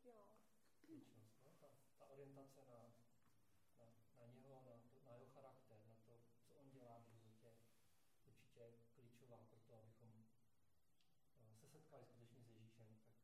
Jo. Věčnost, no? Ta orientace na něho, na jeho charakter, na to, co on dělá v životě, určitě klíčová pro to, abychom se setkali skutečně s Ježíšem. Tak,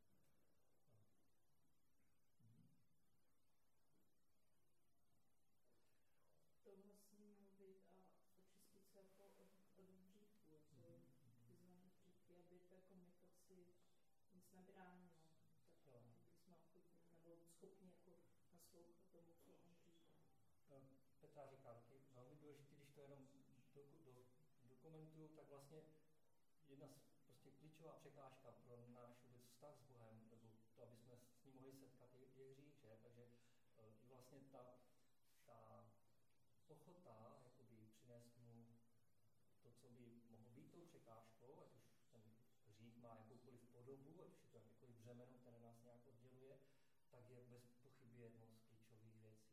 To vlastně mělo být a očistit se jako od hříchu, vyznat hříchy, aby té komunikaci nic nebránilo. Tak aby jsme ochotní, nebo schopni jako naslouchat tomu, co on říká. Petra říká taky velmi důležité, když to jenom dokumentuju, tak vlastně jedna prostě klíčová překážka pro náš vůbec vztah s Bohem, nebo to, aby jsme s ním mohli setkat, je hřích, že? Takže i vlastně ta ochota jakoby přinést mu to, co by mohlo být tou překážkou, ať už ten hřích má jakoukoliv podobu, ať už je to jakoukoliv břemeno, které nás nějak odděluje, tak je bez pochyby jednou z klíčových věcí.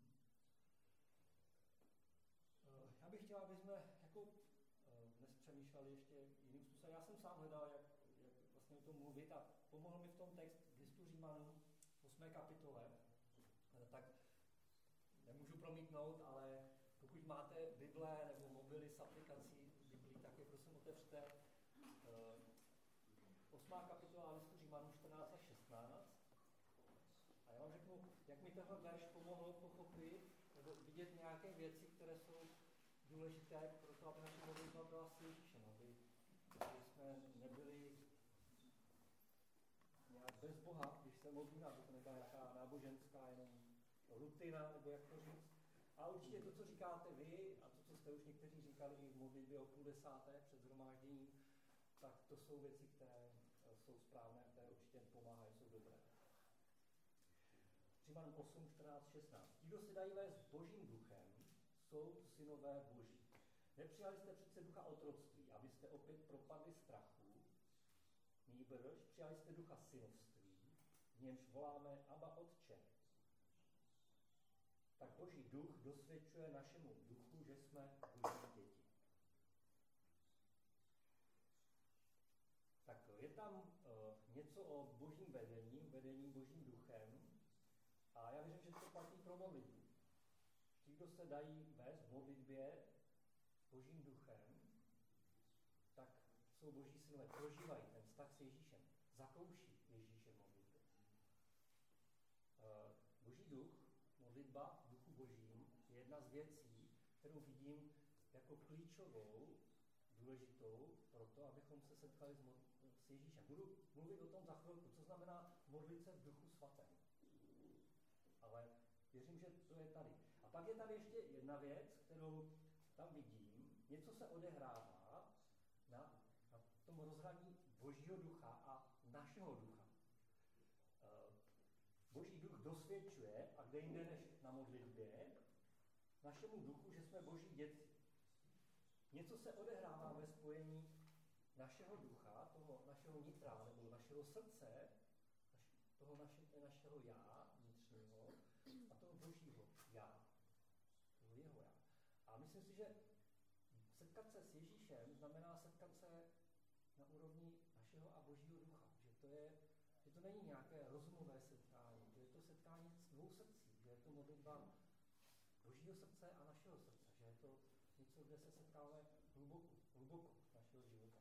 Já bych chtěl, aby jsme jako dnes přemýšleli ještě jiným způsobem. Já jsem sám hledal, jak vlastně o tom mluvit a pomohl mi v tom text v listu Římanům 8. kapitole. Tak nemůžu promítnout, ale pokud máte Bible nebo mobily s aplikací Biblí, tak je prosím otevřte 8. kapitola listu Římanům 14 a 16. A já vám řeknu, jak mi tenhle verš pomohl pochopit nebo vidět nějaké věci, které jsou důležité pro to, aby naše modlitba byla s Ježíšem, aby jsme nebyli nějak bez Boha, když se modlíme, aby to nebyla nějaká náboženská jenom rutina, nebo jak to říct. A určitě to, co říkáte vy, a to, co jste už někteří říkali i v modlitbě o 9:30 před shromážděním, tak to jsou věci, které jsou správné, které určitě pomáhají, jsou dobré. Římanům 8, 14, 16. Ti, kdo se dají vést Božím duchem, jsou synové Boží. Nepřijali jste přece ducha otroctví, abyste opět propadli strachu, nýbrž přijali jste ducha synovství, v němž voláme Abba Otče. Tak Boží duch dosvědčuje našemu duchu, že jsme Boží děti. Tak je tam něco o božím vedení Božím duchem a já věřím, že to platí pro modlitbu. Ti, kdo se dají vést v modlitbě Božím duchem, tak jsou Boží synové, prožívají ten vztah s Ježíšem, zakouší Ježíše v modlitbě. Boží duch, modlitba v duchu Božím je jedna z věcí, kterou vidím jako klíčovou, důležitou pro to, abychom se setkali s Ježíšem. Budu mluvit o tom za chvilku, co znamená modlit se v duchu svatém. Ale věřím, že to je tady. A pak je tady ještě jedna věc, kterou tam vidím. Něco se odehrává na tom rozhraní Božího ducha a našeho ducha. Boží duch dosvědčuje, a kde jinde než na modlitbě, našemu duchu, že jsme Boží děti. Něco se odehrává ve spojení našeho ducha, toho našeho nitra, nebo našeho srdce, toho našeho já vnitřního a toho Božího já, toho jeho já. A myslím si, že setkat se s Ježíšem znamená setkat se na úrovni našeho a Božího ducha. Že to není nějaké rozumové setkání, že je to setkání s dvou srdcí, že je to modlitba Božího srdce a našeho srdce, že je to něco, kde se setkáme hluboko našeho života.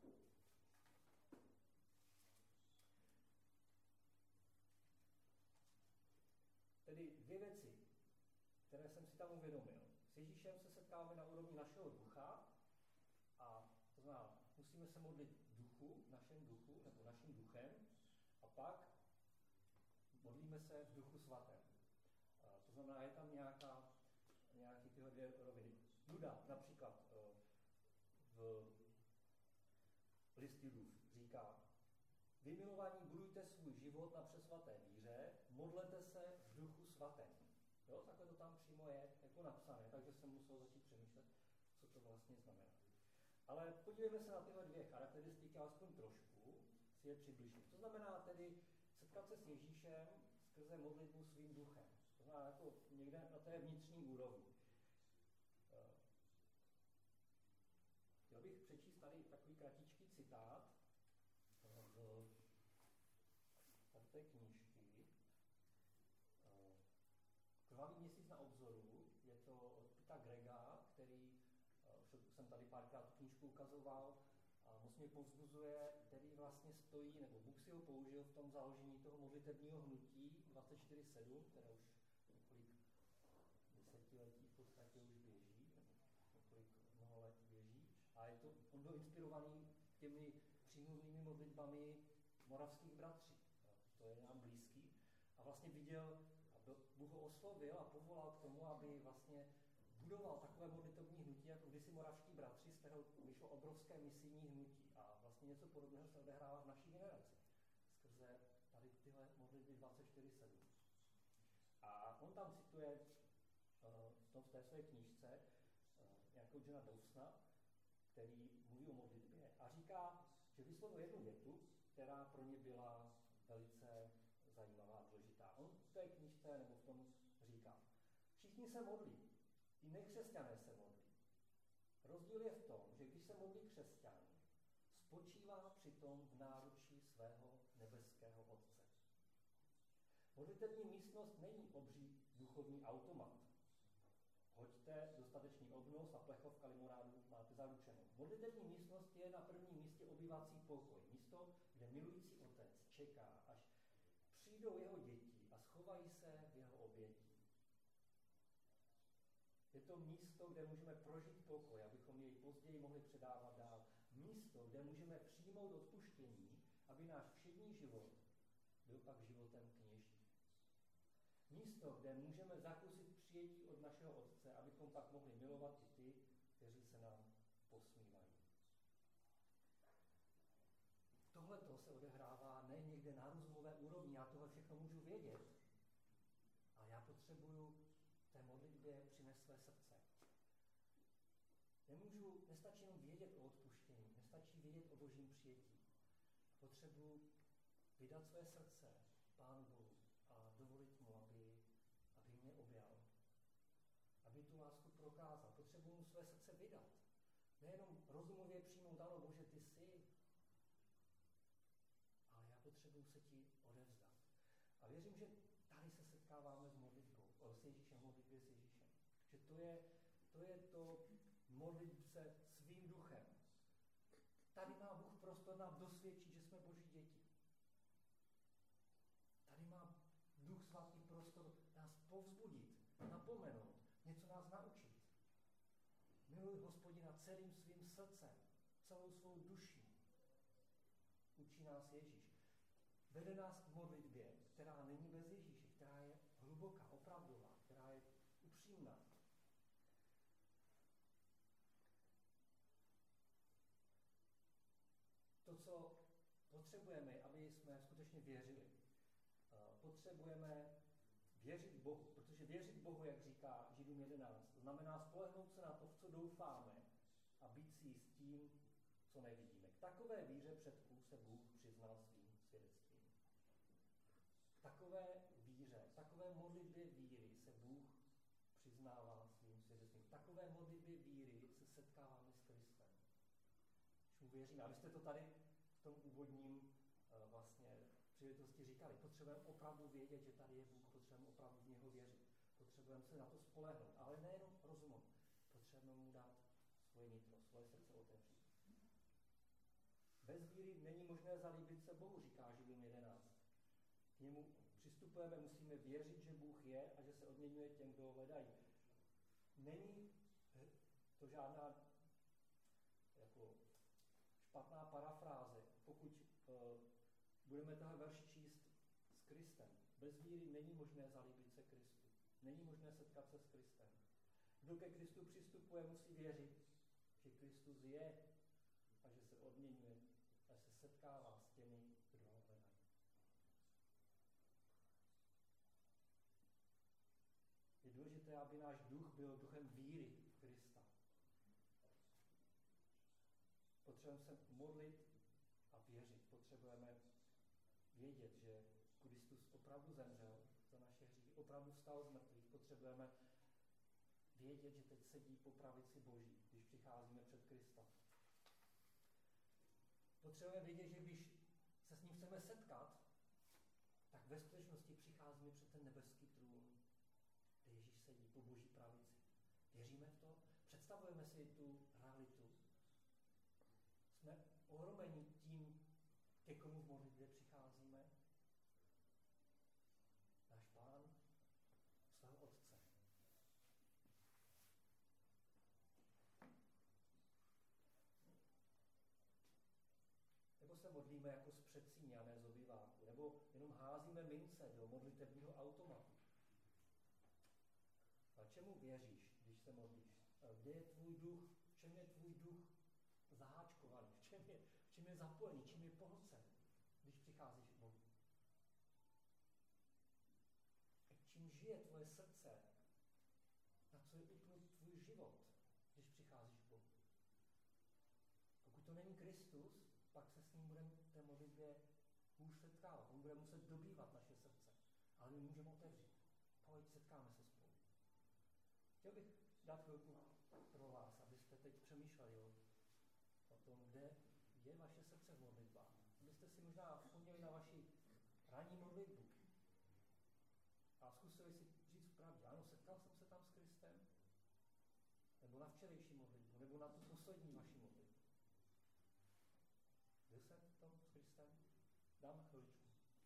Tedy dvě věci, které jsem si tam uvědomil. S Ježíšem se setkáme na úrovni našeho ducha a to znamená, musíme se modlit v duchu, našem duchu, nebo naším duchem a pak modlíme se v duchu svatém. To znamená, je tam nějaké tyhle dvě roviny. Juda například v list Judův říká: Vy milovaní budujte svůj život na přesvaté víře, modlete se v duchu svatém. Jo, takhle to tam přímo je jako napsané, takže jsem musel začít přemýšlet, co to vlastně znamená. Ale podívejme se na tyhle dvě charakteristiky, alespoň trošku si je přibližit. To znamená tedy setkat se s Ježíšem skrze modlitbu svým duchem. To znamená jako někde na té vnitřní úrovni. Chtěl bych přečíst tady takový kratičký citát z té knížky. ukazoval a moc mě povzbuzuje, který vlastně stojí, nebo Bůh si ho použil v tom založení toho modlitebního hnutí 24/7, které už několik desetiletí v podstatě už běží, nebo několik mnoho let běží. A on byl inspirovaný těmi přímluvnými modlitbami moravských bratří. To je nám blízký. A vlastně viděl, Bůh ho oslovil a povolal k tomu, aby vlastně budoval takové modlitební hnutí, jako kdysi moravští bratři, z kterého vyšlo obrovské misijní hnutí. A vlastně něco podobného se odehrává v naší generaci. Skrze tady tyhle modlitby 24/7. A on tam cituje v té své knížce nějakého Johna Dawsona, který mluví o modlitbě a říká, že vyslovil jednu větu, která pro ně byla velice zajímavá a důležitá. On v té knížce nebo v tom říká, všichni se modlí, i nekřesťané se modlí. Rozdíl je v tom, že když se modlí křesťan, spočívá přitom v náručí svého nebeského Otce. Modlitební místnost není obří duchovní automat. Hoďte dostatečný obnos a plechovka limonádu máte zaručenou. Modlitební místnost je na prvním místě obývací pokoj. Místo, kde milující otec čeká, až přijdou jeho děti a schovají se v jeho obětí. Je to místo, kde můžeme prožít pokoj, abychom jej později mohli předávat dál. Místo, kde můžeme přijmout odpuštění, aby náš všední život byl pak životem kněží. Místo, kde můžeme zakusit přijetí od našeho Otce, abychom pak mohli milovat i ty, kteří se nám posmívají. Tohleto se odehrává ne někde na rozumové úrovni, já tohle všechno můžu vědět, ale já potřebuju v té modlitbě přinést své srdce. Nestačí jenom vědět o odpuštění, nestačí vědět o Božím přijetí. Potřebuju vydat své srdce Pánu Bohu a dovolit mu, aby mě objal. Aby tu lásku prokázal. Potřebuji mu své srdce vydat. Nejenom rozumově přijmout, ano Bože, ty jsi. Ale já potřebuji se ti odevzdat. A věřím, že tady se setkáváme s modlitbou, s Ježíšem, v modlitbě s Ježíšem. Že to je to modlit se svým duchem. Tady má Bůh prostor nám dosvědčit, že jsme Boží děti. Tady má Duch Svatý prostor nás povzbudit, napomenout, něco nás naučit. Miluj Hospodina celým svým srdcem, celou svou duší. Učí nás Ježíš. Vede nás k modlitbě, která není bez Ježíše, která je hluboká, opravdová, která je upřímná. To, co potřebujeme, aby jsme skutečně věřili. Potřebujeme věřit Bohu, protože věřit Bohu, jak říká Židům 11, znamená spolehnout se na to, v co doufáme a být si s tím, co nevidíme. K takové víře předků se Bůh přiznal svým svědectvím. K takové víře, k takové modlitbě víry se Bůh přiznává svým svědectvím. K takové modlitbě víry se setkáváme s Kristem. Když mu věříme. A vy jste to tady v tom úvodním vlastně příležitosti říkali, potřebujeme opravdu vědět, že tady je Bůh, potřebujeme opravdu v něho věřit, potřebujeme se na to spolehnout, ale nejenom rozumem, potřebujeme mu dát svoje nitro, svoje srdce otevřít. Bez víry není možné zalíbit se Bohu, říká Židům 11. K němu přistupujeme, musíme věřit, že Bůh je a že se odměňuje těm, kdo ho hledají. Není to žádná jako špatná parafráze, pokud budeme tenhle verš číst s Kristem. Bez víry není možné zalíbit se Kristu. Není možné setkat se s Kristem. Kdo ke Kristu přistupuje, musí věřit, že Kristus je a že se odměňuje a se setkává s těmi, kdo ho hledají. Je důležité, aby náš duch byl duchem víry v Krista. Potřebujeme se modlit a věřit. Potřebujeme vědět, že Kristus opravdu zemřel za naše hříchy, opravdu vstal z mrtvých. Potřebujeme vědět, že teď sedí po pravici Boží, když přicházíme před Krista. Potřebujeme vědět, že když se s ním chceme setkat, tak ve skutečnosti přicházíme před ten nebeský trůn, kde Ježíš sedí po Boží pravici. Věříme v to? Představujeme si tu realitu? Jsme ohromeni tím, ke komu v modlitbě přicházíme. Náš Pán, svého Otce. Nebo se modlíme jako z předsíně a ne z obyváku. Nebo jenom házíme mince do modlitebního automatu. A čemu věříš, když se modlíš? Kde je tvůj duch? V čem je tvůj duch zaháčkovaný? V čem je zapojený? Čím je pohlcen, když přicházíš k Bohu? Čím žije tvoje srdce? Na co je upnut tvůj život, když přicházíš k Bohu? Pokud to není Kristus, pak se s ním budeme v té modlitbě hůř setkávat. On bude muset dobývat naše srdce. Ale my můžeme otevřít. Pojď, setkáme se spolu. Chtěl bych dát chvilku pro vás, abyste teď přemýšleli o tom, kde je vaše srdce v modlitbách. Abyste si možná vzpomněli na vaši ranní modlitbu. A zkusili si říct v pravdě, ano, setkal jsem se tam s Kristem, nebo na včerejší modlitbu, nebo na tu poslední vaši modlitbu. Byl jsem tam s Kristem? Dám chviličku.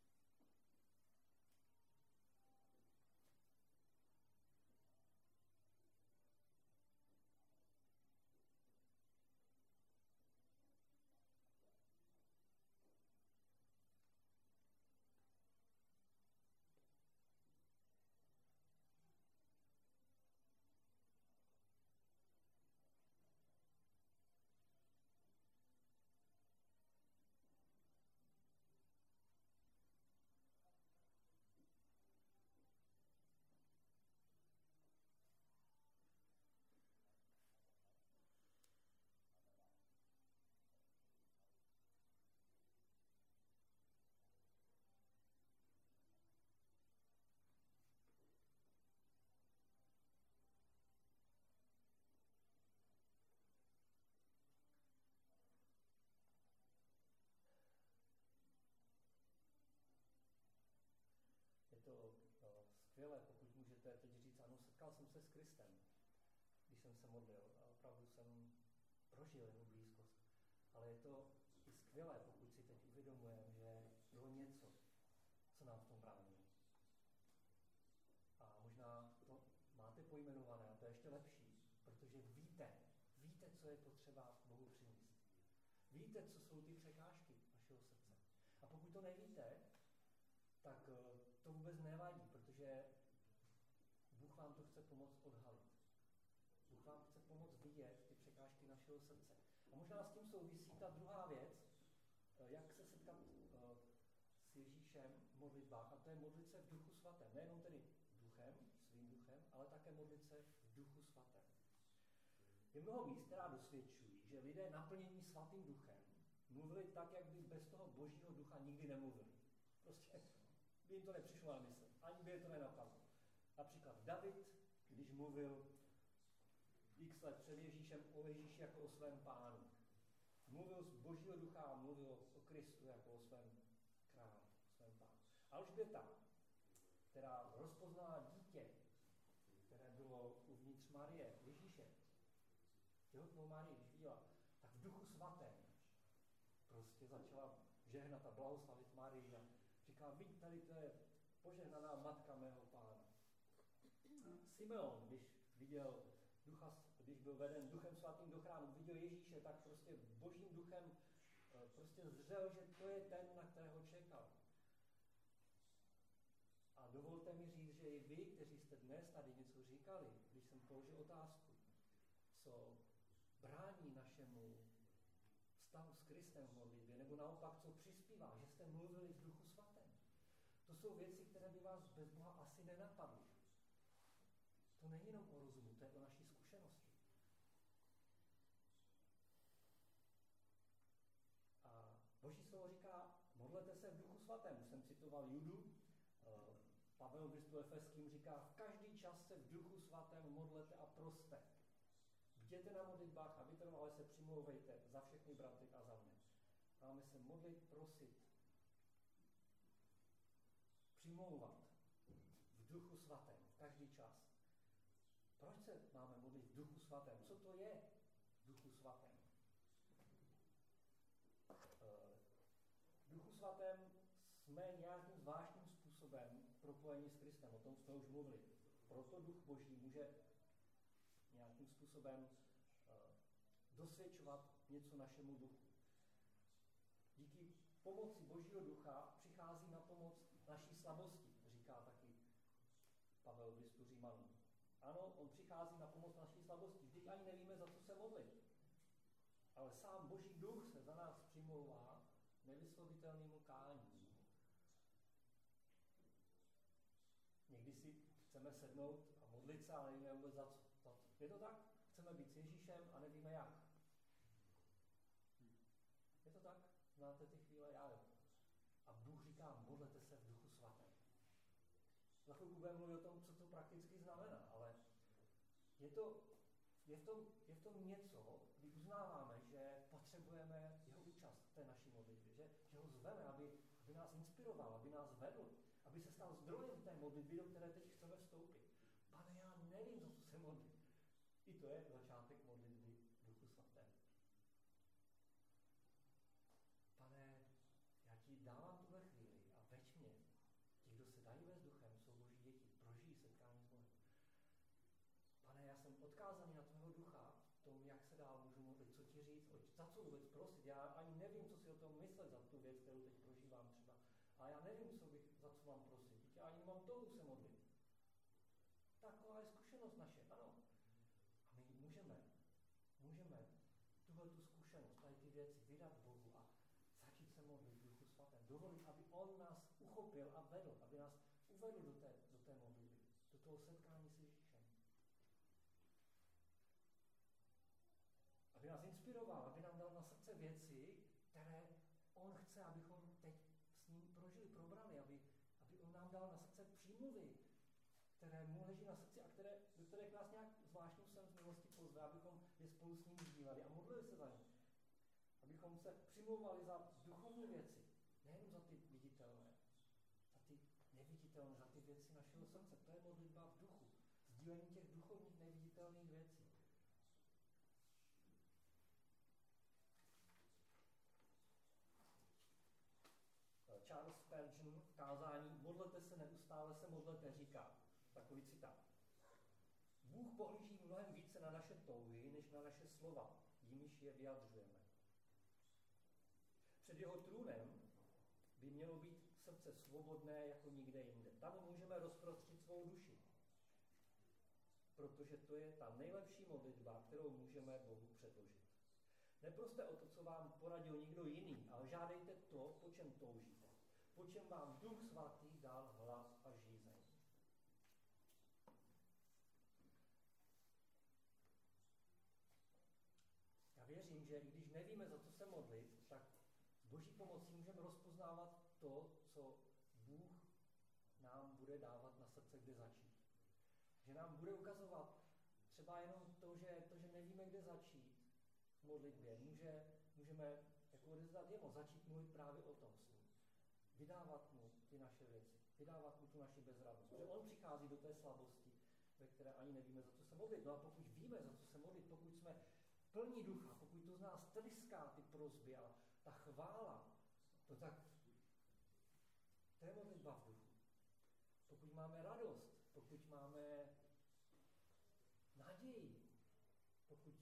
Je to skvělé, pokud můžete teď říct, ano, setkal jsem se s Kristem, když jsem se modlil a opravdu jsem prožil jeho blízkost. Ale je to i skvělé, pokud si teď uvědomujeme, že bylo něco, co nám v tom bránilo. A možná to máte pojmenované a to je ještě lepší, protože víte, co je potřeba Bohu přinést. Víte, co jsou ty překážky vašeho srdce. A pokud to nevíte, tak to vůbec nevadí, protože Bůh vám to chce pomoct odhalit. Bůh vám chce pomoct vidět ty překážky našeho srdce. A možná s tím souvisí ta druhá věc, jak se setkat s Ježíšem v modlitbách. A to je modlit se v Duchu Svatém. Nejenom tedy duchem, svým duchem, ale také modlit se v Duchu Svatém. Je mnoho míst, která dosvědčují, že lidé naplnění Svatým duchem mluvili tak, jak by bez toho Božího ducha nikdy nemluvili. Prostě by jim to nepřišlo na mysl. Ani by je to nenapadlo. Například David, když mluvil x let před Ježíšem o Ježíši jako o svém pánu. Mluvil z Božího ducha a mluvil o Kristu jako o svém králi, o svém pánu. Alžběta, která rozpoznala dítě, které bylo uvnitř Marie, Ježíše, těhotnou Marii, když viděla, tak v Duchu Svatém prostě začala žehnat a blahoslavit Marii a říkala, vidí, tady to je požehnaná matka mého pána. Simeon, když byl veden Duchem Svatým do chrámu, viděl Ježíše, tak prostě Božím duchem prostě zřel, že to je ten, na kterého čekal. A dovolte mi říct, že i vy, kteří jste dnes tady něco říkali, když jsem položil otázku, co brání našemu vztahu s Kristem v modlitbě, nebo naopak, co přispívá, že jste mluvili v Duchu Svatém. To jsou věci, které by vás bez Boha asi nenapadly. To není jenom o rozumu, to je o naší zkušenosti. A Boží slovo říká, modlete se v Duchu Svatém. Už jsem citoval Judu, Pavel v listu Efeským říká, v každý čas se v Duchu Svatém modlete a proste. Bděte na modlitbách a vytrvale se přimlouvejte za všechny bratry a za mne. Máme se modlit, prosit, přimlouvat v Duchu Svatém v každý čas. Proč se máme modlit v Duchu Svatém? Co to je v Duchu Svatém? jsme nějakým zvláštním způsobem propojeni s Kristem, o tom jsme už mluvili. Proto Duch Boží může nějakým způsobem dosvědčovat něco našemu duchu. Díky pomoci Božího ducha přichází na pomoc naší slabosti, říká taky Pavel v listu Římanům. Ano, on přichází na pomoc naší slabosti, vždyť ani nevíme, za co se modlit. Ale sám Boží duch se za nás přimlouvá nevyslovitelnému kání. Někdy si chceme sednout a modlit se, ale nevíme vůbec za co. Je to tak? Chceme být s Ježíšem a nevíme jak. Je to tak? Znáte ty chvíle? Já jo. A Bůh říká, modlete se v Duchu Svatém. Za chvilku budeme mluvit o tom, co to prakticky znamená, ale je v tom něco, kdy uznáváme, že potřebujeme jeho účast v té naší modlitbě, že ho zveme, aby nás inspiroval, aby nás vedl, aby se stal zdrojem té modlitby, do které teď chceme vstoupit. Pane, já nevím, za co se modlit. I to je začátek modlitby v Duchu Svatém. Pane, já ti dávám tuhle chvíli a veď mě. Ti, kdo se dají vést duchem, jsou Boží děti, prožijí setkání s Bohem. Pane, já jsem odkázaný na tvého ducha v tom, jak se dál můžu modlit, co ti říct, za co vůbec prosit. Já ani nevím, co si o tom myslet za tu věc, kterou teď prožívám třeba. A já nevím, za co mám prosit. Já ani nemám touhu se modlit. Taková je zkušenost naše, ano. A my můžeme tuhle tu zkušenost, tady ty věci vydat Bohu a začít se modlit v Duchu Svatém. Dovolit, aby on nás uchopil a vedl, aby nás uvedl do té modlitby, do toho setkání s Ježíšem. Aby nás inspiroval, aby nám dal na srdce věci, které on chce, abychom teď s ním prožili, probrali, aby on nám dal na srdce přímluvy, které mu leží na srdci a do kterých nás nějak zvláštním způsobem z milosti pozve, abychom je spolu s ním sdíleli a modlili se za ně. Abychom se přimlouvali za duchovní věci, nejen za ty viditelné, za ty neviditelné, za ty věci našeho srdce. To je modlitba v duchu, sdílení těch duchovních neviditelných věcí. Charles Spurgeon v kázání modlete se neustále se modlete říká, takový citát. Bůh pohlíží mnohem více na naše touhy, než na naše slova, jimiž je vyjadřujeme. Před jeho trůnem by mělo být srdce svobodné jako nikde jinde. Tam můžeme rozprostřít svou duši. Protože to je ta nejlepší modlitba, kterou můžeme Bohu předložit. Neproste o to, co vám poradil někdo jiný, ale žádejte to, po čem toužíte. Po čem vám Duch Svatý dal hlas a žízeň. Já věřím, že když nevíme, za co se modlit, tak s Boží pomocí můžeme rozpoznávat to, co Bůh nám bude dávat na srdce, kde začít. Že nám bude ukazovat třeba jenom to, že nevíme, kde začít v modlitbě. Můžeme jako odevzdat jemu, začít mluvit právě o tom s ním. Vydávat mu ty naše věci, vydávat mu tu naši bezradnost. Protože on přichází do té slabosti, ve které ani nevíme, za co se modlit. No a pokud víme, za co se modlit, pokud jsme plní ducha, pokud to z nás tryská ty prosby a ta chvála, to tak, to je modlitba v duchu. Pokud máme radost, pokud máme naději, pokud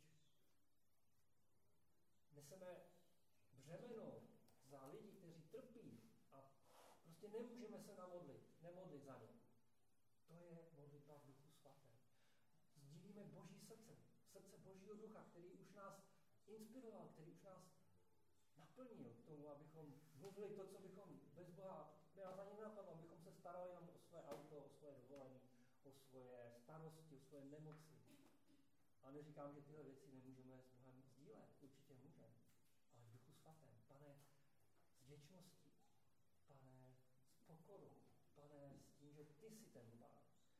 neseme břemeno za lidi, kteří trpí a prostě nemůžeme se nemodlit za ně. To je modlitba v Duchu Svatém. Sdílíme Boží srdce Božího ducha, který už nás inspiroval, který už nás naplnil k tomu, abychom mluvili to, co bychom bez Boha, by nás ani nenapadlo, abychom se starali jenom o své auto, o svoje dovolení, o svoje starosti, o svoje nemoci. A neříkám, že tyhle věci nemůžeme s Bohem sdílet, určitě můžeme, ale v Duchu Svatém. Pane, s vděčností, Pane, s pokorou, Pane, s tím, že ty jsi ten Pán.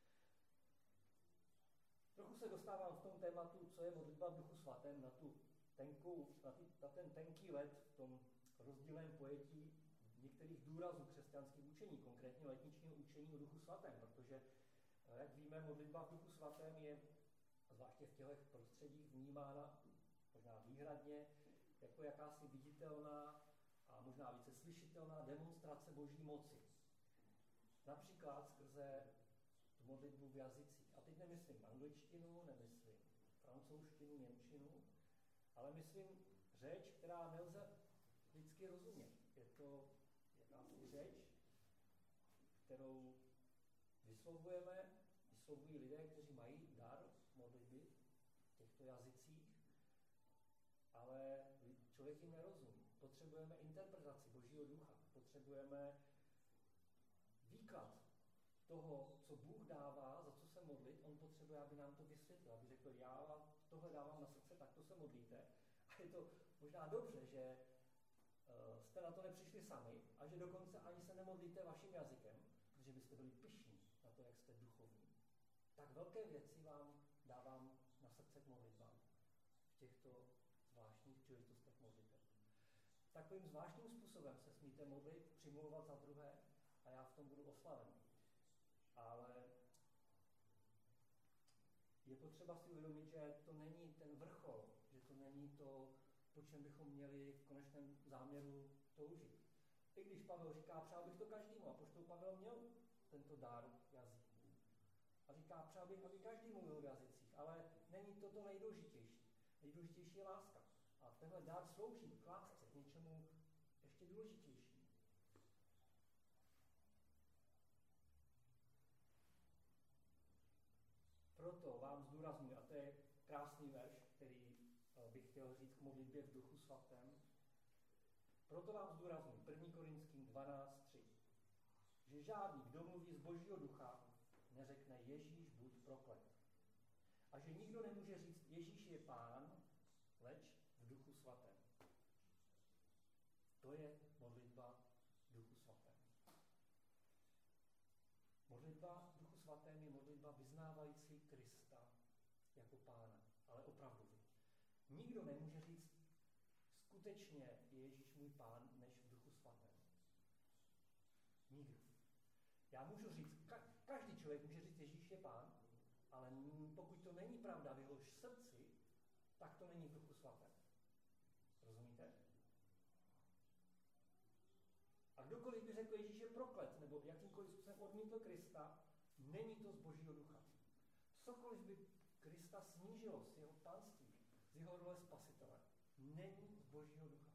Trochu se dostávám v tom tématu, co je modlitba v Duchu Svatém, na ten tenký led v tom rozdílném pojetí některých důrazů křesťanských učení, konkrétně letničního učení o Duchu Svatém, protože, jak víme, modlitba v Duchu Svatém je, zvláště v těch prostředích, vnímána možná výhradně jako jakási viditelná a možná více slyšitelná demonstrace Boží moci. Například skrze tu modlitbu v jazycích. A teď nemyslím angličtinu, nemyslím francouzštinu, němčinu, ale myslím řeč, která nelze lidsky rozumět. Je to jakási řeč, kterou vyslovují lidé, kteří mají dar modlitby v těchto jazycích, ale člověk jim nerozumí. Potřebujeme interpretaci Božího ducha, potřebujeme výklad toho, co Bůh dává, za co se modlit. On potřebuje, aby nám to vysvětlil, aby řekl, já vám tohle dávám na srdce, tak to se modlíte. A je to možná dobře, že jste na to nepřišli sami a že dokonce ani se nemodlíte vaším jazykem, protože byste byli pyšní na to, jak jste duchovní. Tak velké věci vám dávám na srdce k modlitbám v těchto zvláštních příležitostech modliteb. Takovým zvláštním způsobem se smíte modlit, přimlouvat za druhé a já v tom budu oslaven. Ale je potřeba si uvědomit, že to není ten vrchol, že to není to, po čem bychom měli v konečném záměru toužit. I když Pavel říká, přál bych to každému, a apoštol Pavel měl tento dar jazyků. A říká, přál bych, aby každý mluvil v jazycích, ale není to to nejdůležitější. Nejdůležitější je láska. A tenhle dar slouží k lásce, k něčemu ještě důležitější. Proto vám zdůraznuju, a to je krásný verš, který bych chtěl říct k modlitbě v Duchu svatém. Proto vám zdůraznuju, 1. Korinským 12:3, že žádný, kdo mluví z Božího ducha, neřekne Ježíš buď proklet. A že nikdo nemůže říct Ježíš je Pán, leč v Duchu svatém. To je modlitba v Duchu svatém. Modlitba v Duchu svatém je modlitba vyznávající Krista jako Pána, ale opravdově. Nikdo nemůže říct skutečně je Ježíš můj Pán, než v Duchu svatém. Nikdo. Já můžu říct, každý člověk může říct Ježíš je Pán, ale pokud to není pravda v jeho srdci, tak to není v Duchu svatém. Rozumíte? A kdokoliv by řekl Ježíš je proklet, nebo jakýmkoliv způsobem odmítl Krista, není to z Božího ducha. Cokoliv by Krista snížilo z jeho panství, z jeho role spasitele, není z Božího ducha.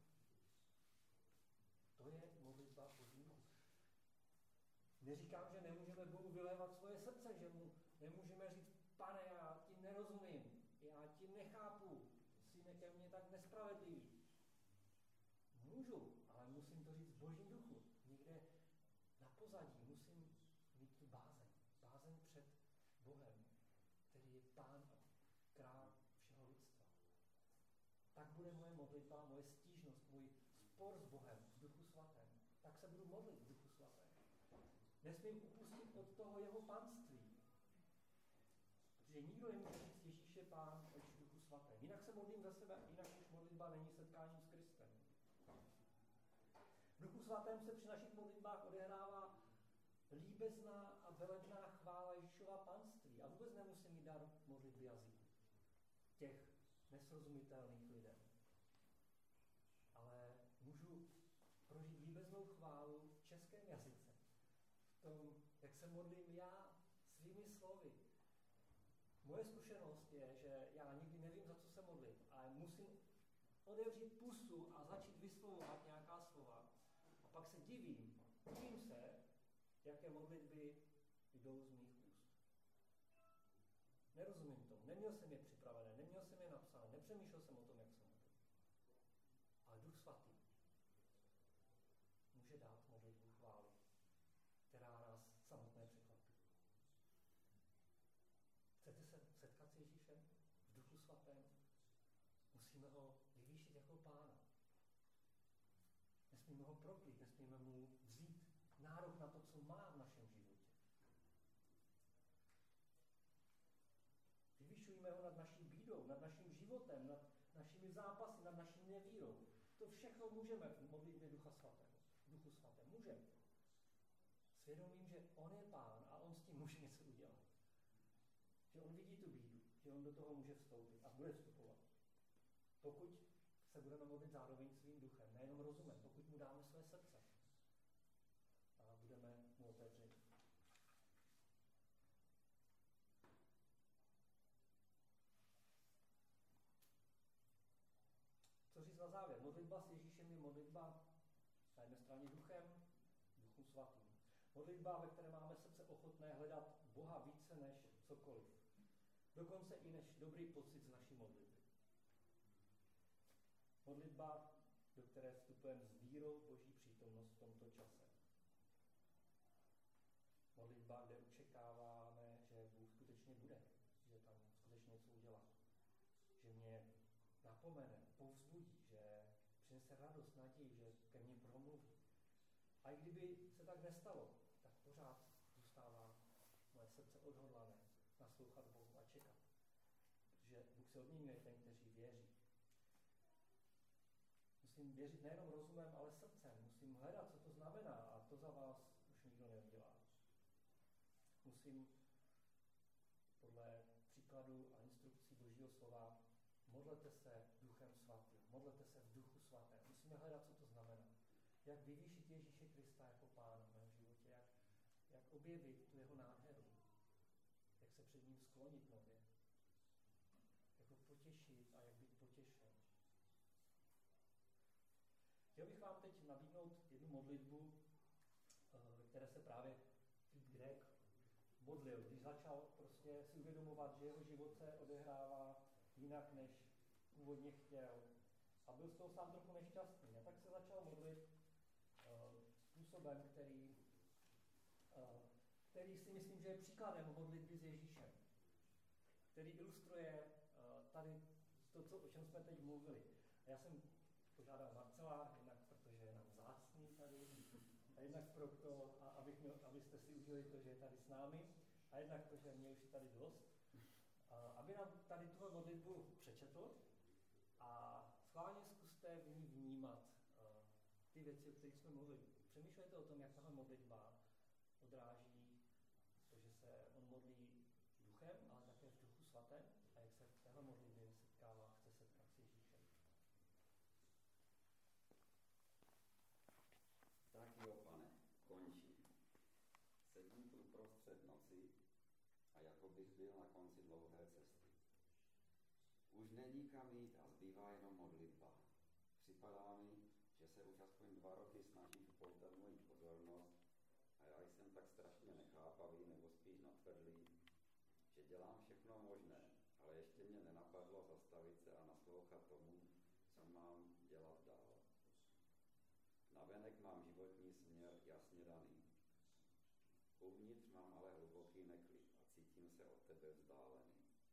To je modlitba v Božím duchu. Neříkám, že nemůžeme Bohu vylévat svoje srdce, že mu nemůžeme říct, Pane, já ti nerozumím, já ti nechápu, jsi ke mně tak nespravedlivý. Můžu, ale musím to říct v Božím duchu. Někde na pozadí musím mít tu bázeň před Bohem, který je Pán a král všeho lidstva. Tak bude moje modlitba, moje stížnost, můj spor s Bohem v Duchu svatém. Tak se budu modlit v Duchu svatém. Nesmím upustit od toho jeho panství. Protože nikdo nemůže říct Ježíš je Pán, leč v Duchu svatém. Jinak se modlím za sebe, jinak už modlitba není setkáním s Kristem. V Duchu svatém se při našich modlitbách odehrává líbezná a velebná chvála Ježíšova panství. A vůbec nemusím mít dar modlitby jazyků. Těch nesrozumitelných lidem. Ale můžu prožít líbeznou chválu v českém jazyce. V tom, jak se modlím já svými slovy. Moje zkušenost je, že já nikdy nevím, za co se modlit, ale musím otevřít pusu a začít vyslovovat nějaká slova. A pak se divím se, jaké modlitby jdou z mých úst. Nerozumím tomu, neměl jsem je připravené, neměl jsem je napsané, nepřemýšlel jsem o tom, jak se modlit. Ale Duch Svatý může dát modlitbu chvály, která nás samotné překvapí. Chcete se setkat s Ježíšem v Duchu Svatém? Musíme ho vyvýšit jako Pána. Nesmíme ho proklít, nesmíme mu vzít nárok na to, co má v našem životě. Vyvyšujeme ho nad naší bídou, nad naším životem, nad našimi zápasy, nad naší nevírou. To všechno můžeme v modlitbě Ducha Svatého. Duchu Svatém můžeme. Svědomím, že on je Pán a on s tím může něco udělat. Že on vidí tu bídu, že on do toho může vstoupit a bude vstupovat. Pokud se budeme modlit zároveň svým duchem, nejenom rozumem, pokud mu dáme své srdce a budeme mu otevřeni. Co říct na závěr? Modlitba s Ježíšem je modlitba na jedné straně duchem svatým. Modlitba, ve které máme srdce ochotné hledat Boha více než cokoliv. Dokonce i než dobrý pocit z naší modlitby. Modlitba, do které vstupujeme s vírou v Boží přítomnost v tomto čase. Modlitba, kde očekáváme, že Bůh skutečně bude, že tam skutečně něco udělá. Že mě napomene, povzbudí, že přinese radost, naději, že ke mně promluví. A i kdyby se tak nestalo, tak pořád zůstává moje srdce odhodlané naslouchat Bohu a čekat. Protože Bůh se odměňuje ten, kteří věří. Musím věřit nejenom rozumem, ale srdcem. Musím hledat, co to znamená, a to za vás už nikdo neudělá. Musím podle příkladu a instrukcí Božího slova modlete se Duchem svatým, modlete se v Duchu svatém. Musíme hledat, co to znamená. Jak vyvýšit Ježíše Krista jako Pána v mém životě, jak objevit tu jeho nádheru, jak se před ním sklonit nově, jak ho potěšit a jak být potěšen. Chtěl bych vám teď nabídnout jednu modlitbu, ve které se právě Pete Greig modlil, když začal prostě si uvědomovat, že jeho život se odehrává jinak, než původně chtěl. A byl z toho sám trochu nešťastný. A tak se začal modlit způsobem, který si myslím, že je příkladem modlitby s Ježíšem. Který ilustruje tady to, o čem jsme teď mluvili. A já jsem požádal Marcela, jednak protože je nám vzácný tady, a jednak proto, abyste si užili to, že je tady s námi, a jednak to, že mě už je tady dost, aby nám tady tuhle modlitbu přečetl a schválně zkuste v ní vnímat ty věci, o kterých jsme mluvili. Přemýšlejte o tom, jak tahle modlitba odráží to, že se on modlí duchem, ale také v Duchu svatém, a jak se v téhle modlitbě setkává, chce setkat s Ježíšem. Tak jo, Pane, končím. Sedím tu uprostřed noci a jako bych byl na konci dlouhé cesty. Už není kam jít a zbývá jenom modlitba. Připadá mi, že se už aspoň 2 roky snažíš upoutat moji pozornost a já jsem tak strašně nechápavý nebo spíš natvrdlý, že dělám všechno možné, ale ještě mě nenapadlo zastavit se a naslouchat tomu, co mám dělat dál. Navenek mám životní směr jasně daný. Uvnitř mám ale hluboký neklid a cítím se od tebe vzdálený.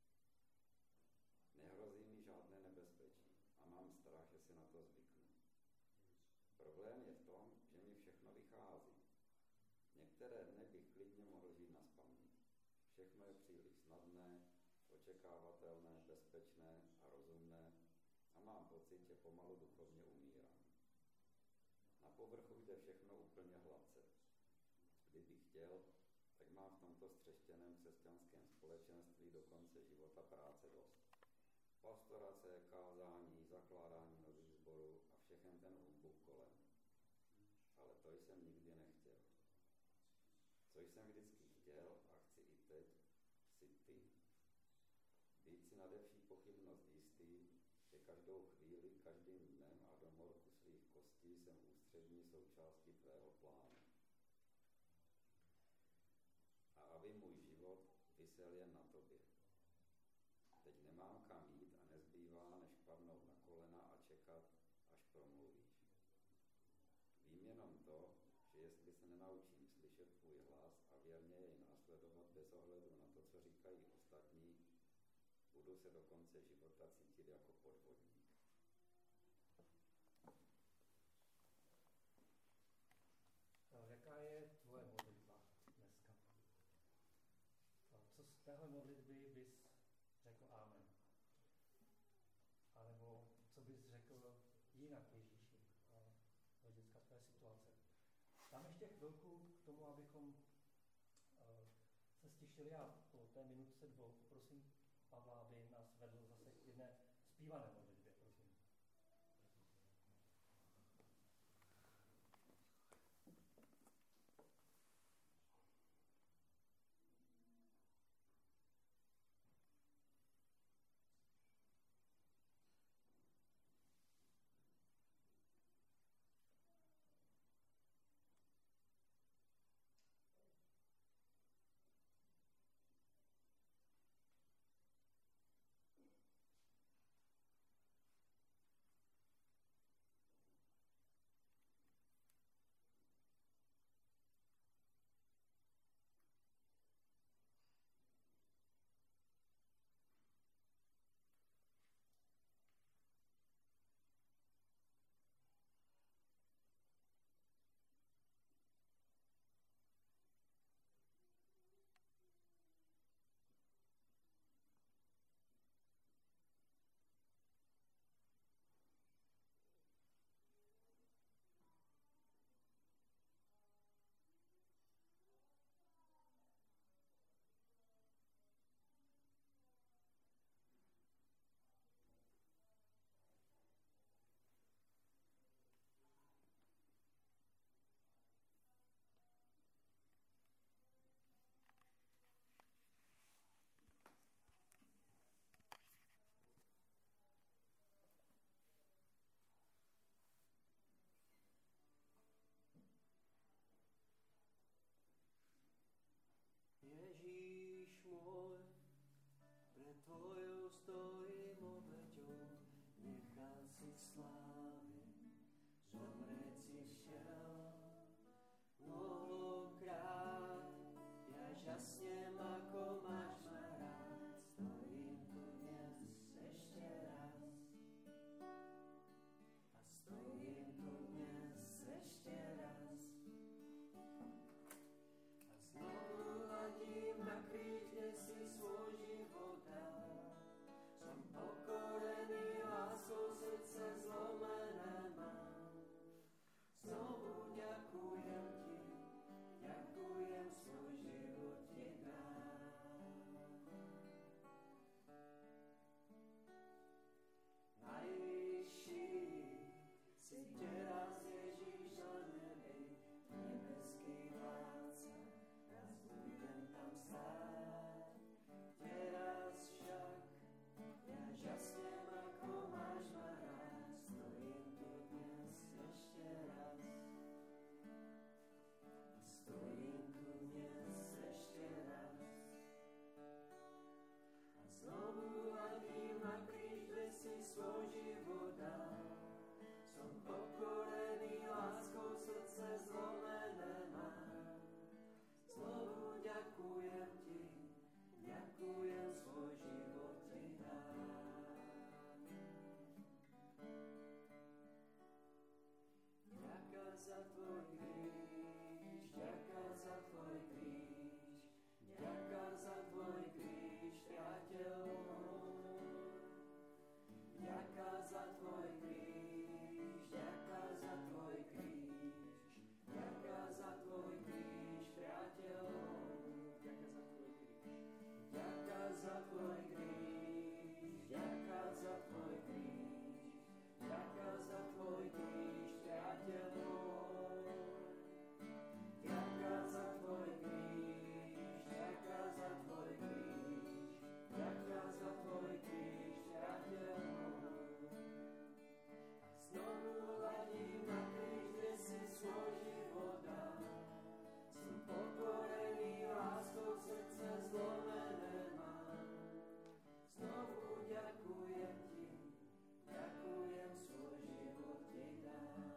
Nehrozí mi žádné nebezpečí a mám strach, že si na to zvyknu. Problém je v tom, že mi všechno vychází. Některé dny bych klidně mohl žít nazpaměť. Všechno je příliš snadné, očekávatelné, bezpečné a rozumné a mám pocit, že pomalu duchovně umírám. Na povrchu jde všechno úplně hladce. Kdybych chtěl, tak mám v tomto střeštěném křesťanském společenství do konce života práce dost. Pastorace, kázání, zakládání nových sborů a všechen ten humbuk kolem. Ale to jsem nikdy nechtěl. Co jsem vždycky chtěl a chci i teď, si ty. Být si nade vší pochybnost jistý, že každou chvíli, každým dnem a do morku svých kostí jsem ústřední součástí tvého plánu. A aby můj život visel jen na tobě. Teď nemám kam jít a nezbývá, než padnout na kolena a čekat, až promluvíš. Vím jenom to, že jestli se nenaučím slyšet tvůj hlas a věrně jej následovat bez ohledu na to, co říkají ostatní, budu se do konce života cítit jako podvodník. Jaká je tvoje modlitba dneska? Co z téhle modlitby bys řekl amen? A nebo co bys řekl jinak Ježíši z hlediska tvé situace? Dáme ještě chvilku k tomu, abychom se stišili, a po té minutce 2 poprosím Pavla, aby nás vedl zase k jedné zpívané modlitbě, prosím. svojím obeťou nechal si slávy, zomrieť si šiel. Mnohokrát ja žasnem, ako máš ma rád, stojím tu dnes ešte raz. A stojím tu dnes ešte raz. A znovu hľadím na kríž, kde si svoj život dal. Som pokorený, láskou srdce zlomené mám. Znovu ďakujem ti, ďakujem, svoj život ti dám. Najvyšší si teraz Ježíš na nebi, nebeský vládca, raz budem tam stáť. Teraz však ja žasnem, ako máš ma rád, stojím tu dnes ešte raz. Stojím tu dnes ešte raz. A znovu hľadím na kríž, kde si svoj život dal. Som pokorený, láskou srdce zlomené mám. Znovu ďakujem ti, ďakujem, svoj život ti dám. Ďaká za tvoj kríž, ďaká za tvoj kríž, ďaká za tvoj kríž, priateľ môj. Ďaká za tvoj kríž, ďaká za tvoj kríž, ďaká za tvoj kríž, priateľ môj. Ďaká za tvoj kríž, ďaká za tvoj kríž, ďaká za tvoj kríž, priateľ môj. Ďaká za tvoj kríž, ďaká za tvoj kríž, ďaká za tvoj kríž, priateľ môj. A znovu hľadím na kríž, kde si svoj život dal. Som pokorený, láskou srdce zlomené mám. Znovu ďakujem ti, ďakujem, svoj život ti dám.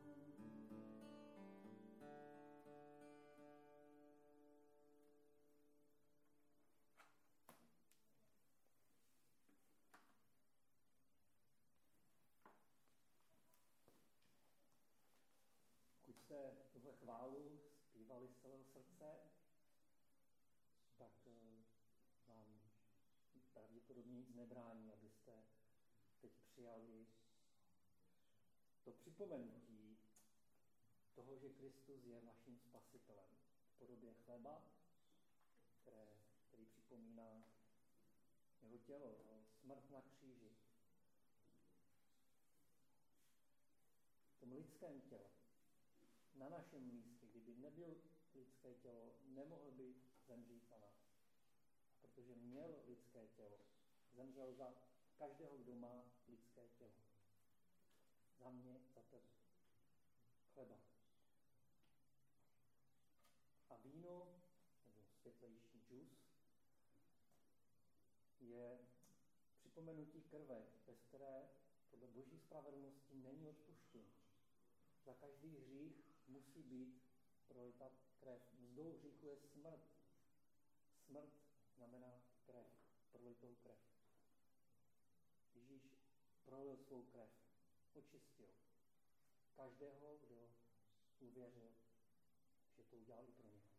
Pokud jste tuhle chválu zpívali z celého srdce, tak vám pravděpodobně nic nebrání, abyste teď přijali to připomenutí toho, že Kristus je vaším spasitelem v podobě chleba, který připomíná jeho tělo, jeho smrt na kříži. V tom lidském těle, na našem místě, kdyby nebyl lidské tělo, nemohl by zemřít za nás. A protože měl lidské tělo, zemřel za každého, kdo má lidské tělo. Za mě, za tebe. Chleba. A víno, nebo světlejší džus, je připomenutí krve, bez které podle Boží spravedlnosti není odpuštění. Za každý hřích musí být prolita krev. Mzdou hříchu je smrt. Smrt znamená krev, prolitou krev. Ježíš prolil svou krev, očistil každého, kdo uvěřil, že to udělal i pro něho.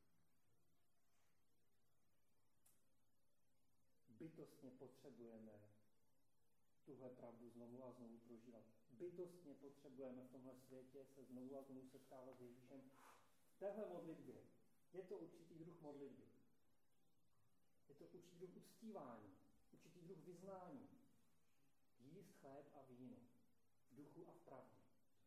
Bytostně potřebujeme tuhle pravdu znovu a znovu prožívat. Bytostně potřebujeme v tomhle světě se znovu a znovu setkávat s Ježíšem v téhle modlitbě. Je to určitý druh modlitby. Je to určitý druh uctívání, určitý druh vyznání. Jíst chléb a víno v duchu a v pravdě.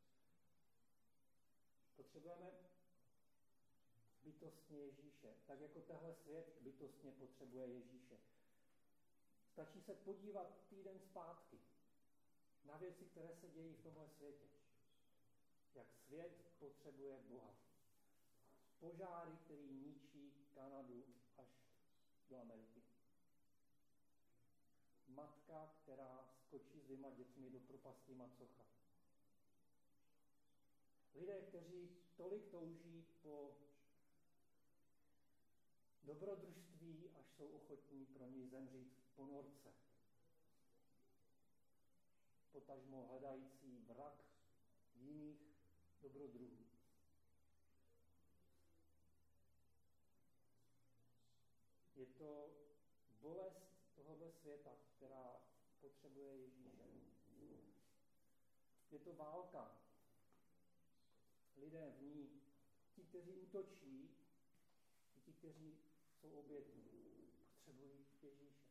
Potřebujeme bytostně Ježíše, tak jako tehle svět bytostně potřebuje Ježíše. Stačí se podívat týden zpátky na věci, které se dějí v tomhle světě. Jak svět potřebuje Boha. Požáry, který ničí Kanadu až do Ameriky. matka, která skočí s 2 dětmi do propasti macocha. Lidé, kteří tolik touží po dobrodružství, až jsou ochotní pro něj zemřít v ponorce. Potažmo hledající vrak jiných dobrodruhů. Je to bolest tohoto světa, která potřebuje Ježíše. Je to válka. Lidé v ní, ti, kteří útočí, i ti, kteří jsou obětní, potřebují Ježíše.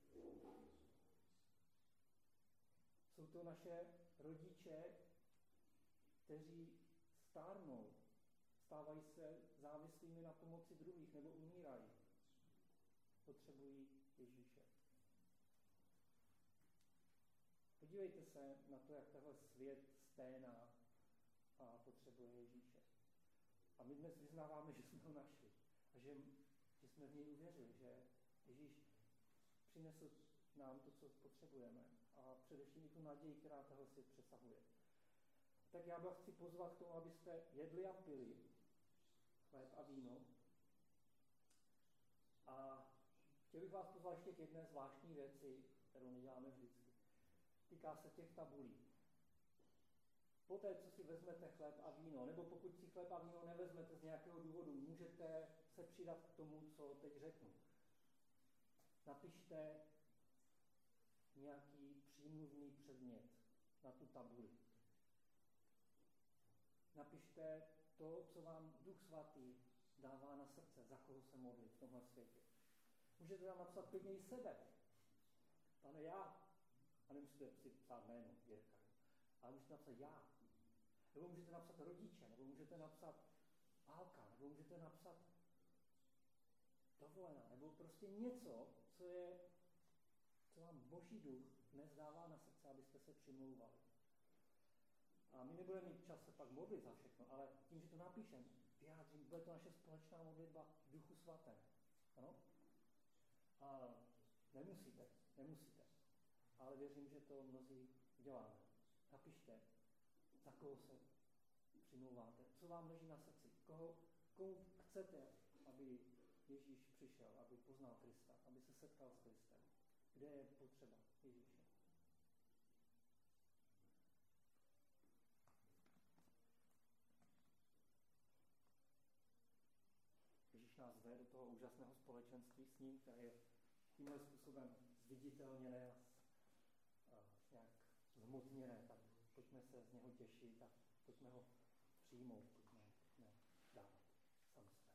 Jsou to naše rodiče, kteří stárnou, stávají se závislými na pomoci druhých nebo umírají. Potřebují Ježíše. Podívejte se na to, jak tenhle svět sténá a potřebuje Ježíše. A my dnes vyznáváme, že jsme ho našli a že jsme v něj uvěřili, že Ježíš přinesl nám to, co potřebujeme a především i tu naději, která tenhle svět přesahuje. Tak já vás chci pozvat k tomu, abyste jedli a pili chléb a víno. A chtěl bych vás pozvat ještě k jedné zvláštní věci, kterou neděláme vždycky. Týká se těch tabulí. Poté, co si vezmete chléb a víno, nebo pokud si chléb a víno nevezmete z nějakého důvodu, můžete se přidat k tomu, co teď řeknu. Napište nějaký přímluvný předmět na tu tabuli. Napište to, co vám Duch Svatý dává na srdce, za koho se modlit v tomhle světě. Můžete tam napsat klidně i sebe. Pane, já. A nemusíte si psát jméno, Jirka. Ale můžete napsat já. Nebo můžete napsat rodiče, nebo můžete napsat válka, nebo můžete napsat dovolená, nebo prostě něco, co vám Boží duch dnes dává na srdce, abyste se přimlouvali. A my nebudeme mít čas se pak modlit za všechno, ale tím, že to napíšeme, vyjádřím, bude to naše společná modlitba v Duchu Svatém. Ano? A nemusíte. Ale věřím, že to mnozí děláme. Napište, za koho se přimlouváte, co vám leží na srdci, komu chcete, aby Ježíš přišel, aby poznal Krista, aby se setkal s Kristem. Kde je potřeba Ježíše? Ježíš nás vede do toho úžasného společenství s ním, které je tímhle způsobem zviditelněné a nějak zhmotněné, tak pojďme se z něho těšit a pojďme ho přijmout, pojďme dávat sami sebe.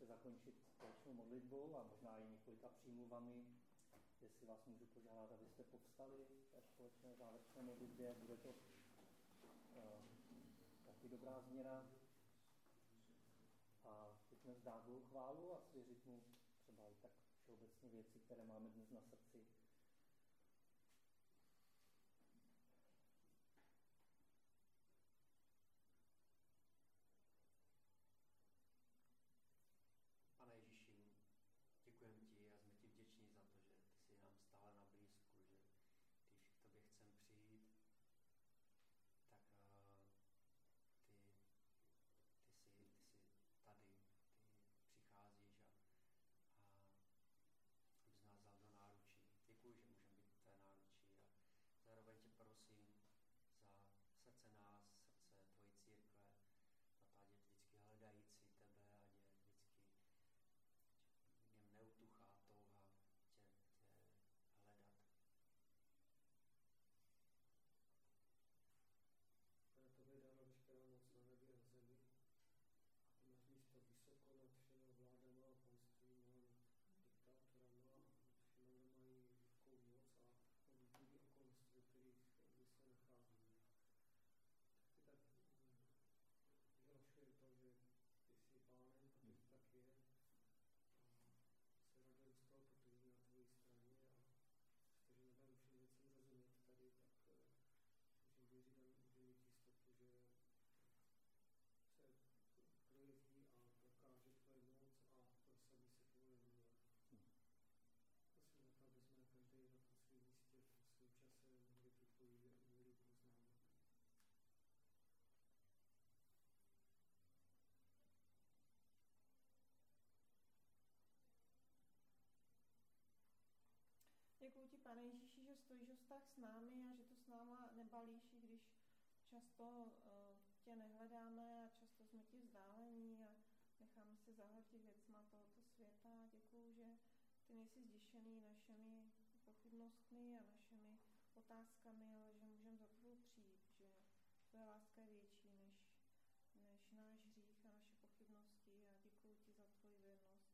ještě zakončit společnou modlitbou a možná i několika přímluvami, jestli vás můžu požádat, abyste povstali ve společné závěrečné modlitbě. Bude to taky dobrá změna. A pojďme vzdát Bohu chválu a svěřit mu třeba i tak všeobecně věci, které máme dnes na srdci. Pane Ježíši, děkujeme ti a jsme ti vděční za to, že ty jsi nám stále na blízku, že když k tobě chceme přijít, tak ty jsi tady, ty přicházíš a abys nás vzal do náručí. Děkuji, že můžeme být v té náručí a zároveň tě prosím za srdce nás, srdce tvojí církve, za to, ať je vždycky hledající tebe, ať je vždycky v něm neutuchá touha tě hledat. Pane, tobě dána veškerá moc na nebi a na zemi. A ty máš místo vysoko nad všema vládama a panstvíma, nad diktátorama a nad všema, kdo mají lidskou moc a různými okolnosti, ve kterých my se nacházíme. Tak ty tak vyhlašujem to, že ty jsi pánem, protože to tak je. A se radujem z toho, protože jsme na tvojí straně a přestože nebudeme všem věcem rozumět tady, tak můžeme věřit a můžeme mít jistotu, že se projeví a prokáže tvoje moc a prosadí se tvoje vůle. Prosím za to, aby jsme každý na tom svém místě v svém čase mohli tu tvoji vůli poznávat. Děkuji ti, Pane Ježíši, že stojíš o vztah s námi a že to s náma nebalíš, i když často tě nehledáme a často jsme ti vzdálení a necháme se zahltit věcma tohoto světa. Děkuji, že ty nejsi zděšený našimi pochybnostmi a našimi otázkami, ale že můžeme za tebou přijít, že tvoje láska je větší než náš hřích a naše pochybnosti a děkuji ti za tvoji věrnost.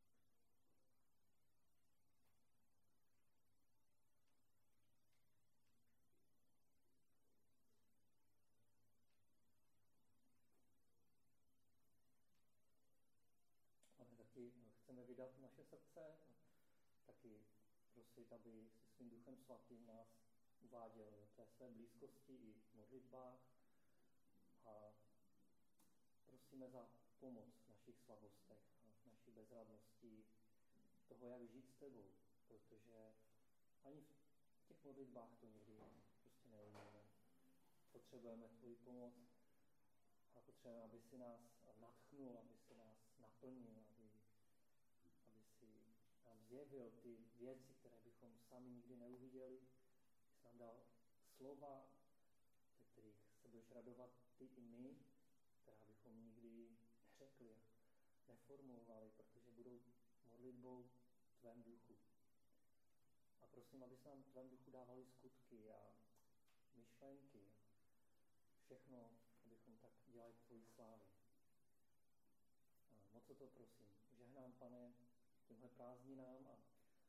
Ale taky chceme vydat naše srdce a taky prosit, aby si svým Duchem Svatým nás uváděl do té své blízkosti i v modlitbách a prosíme za pomoc v našich slabostech a v naší bezradnosti toho, jak žít s tebou, protože ani v těch modlitbách to někdy prostě neumíme. Potřebujeme tvoji pomoc a potřebujeme, aby si nás nadchnul, aby si nás naplnil, aby si nám zjevil ty věci, které bychom sami nikdy neuviděli, aby si nám dal slova, ve kterých se budeš radovat ty i my, která bychom nikdy neřekli a neformulovali, protože budou modlitbou v tvém duchu. A prosím, aby se nám v tvém duchu dávali skutky a myšlenky a všechno, abychom tak dělali k tvojí slávě. Moc o to prosím. Žehnám, Pane, těmhle prázdninám a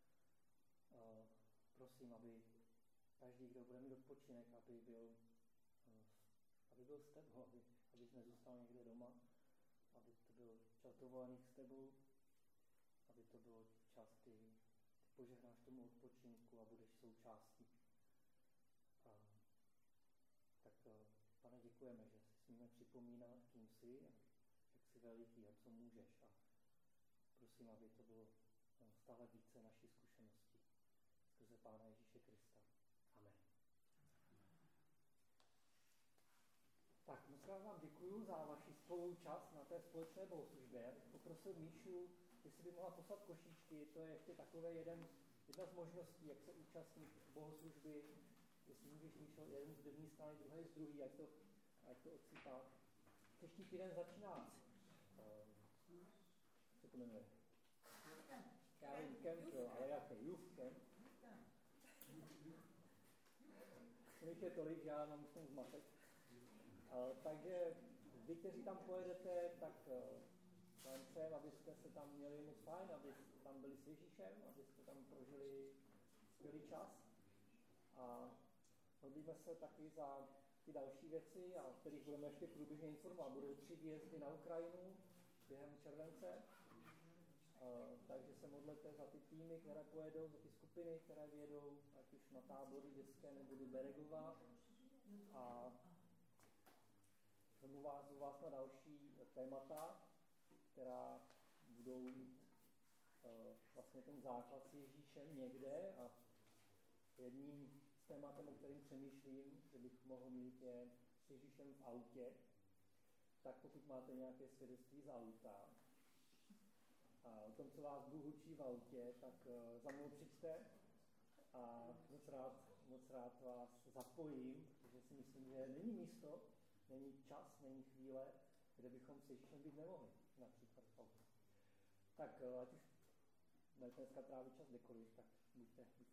prosím, aby každý, kdo bude mít odpočinek, aby byl s tebou, abys nezůstal někde doma, aby to byl čas dovolených s tebou, aby to bylo čas, kdy ty požehnáš tomu odpočinku a budeš součástí. Tak, Pane, děkujeme, že si smíme připomínat, kým jsi, jak jsi veliký a co můžeš. A prosím, aby to bylo stále více naší zkušenosti. Skrze Pána Ježíše Krista. Amen. Tak, moc vám děkuju za vaši spoluúčast na té společné bohoslužbě. Já bych poprosil Míšu, jestli by mohla poslat košíčky. To je ještě takové jedna z možností, jak se účastnit bohoslužby. Jestli můžeš, Míšo, jeden z první strany, druhý z druhý, ať to odsypá. Příští týden začíná. Co to jmenuje? Karen Campbell, ale jaký? Youth Camp. Když je tolik, že já nám musím zmatek. Takže vy, kteří tam pojedete, tak vám přejem, abyste se tam měli moc fajn, abyste tam byli s Ježíšem, abyste tam prožili skvělý čas. A modlíme se taky za ty další věci, a o kterých budeme ještě průběžně informovat. Budou 3 výjezdy na Ukrajinu během července, takže se modlete za ty týmy, které pojedou, za ty skupiny, které vyjedou, ať už na tábory dětské nebo do Beregova. A zvu vás na další témata, která budou mít vlastně ten základ s Ježíšem někde, a jedním z tématem, o kterým přemýšlím, že bych mohl mít, je s Ježíšem v autě. Tak pokud máte nějaké svědectví z auta a o tom, co vás Bůh učí v autě, tak za mnou přijďte a moc rád vás zapojím, protože si myslím, že není místo, není čas, není chvíle, kde bychom s Ježíšem být nemohli, například v autě. Tak ať už budete dneska trávit čas kdekoliv, tak buďte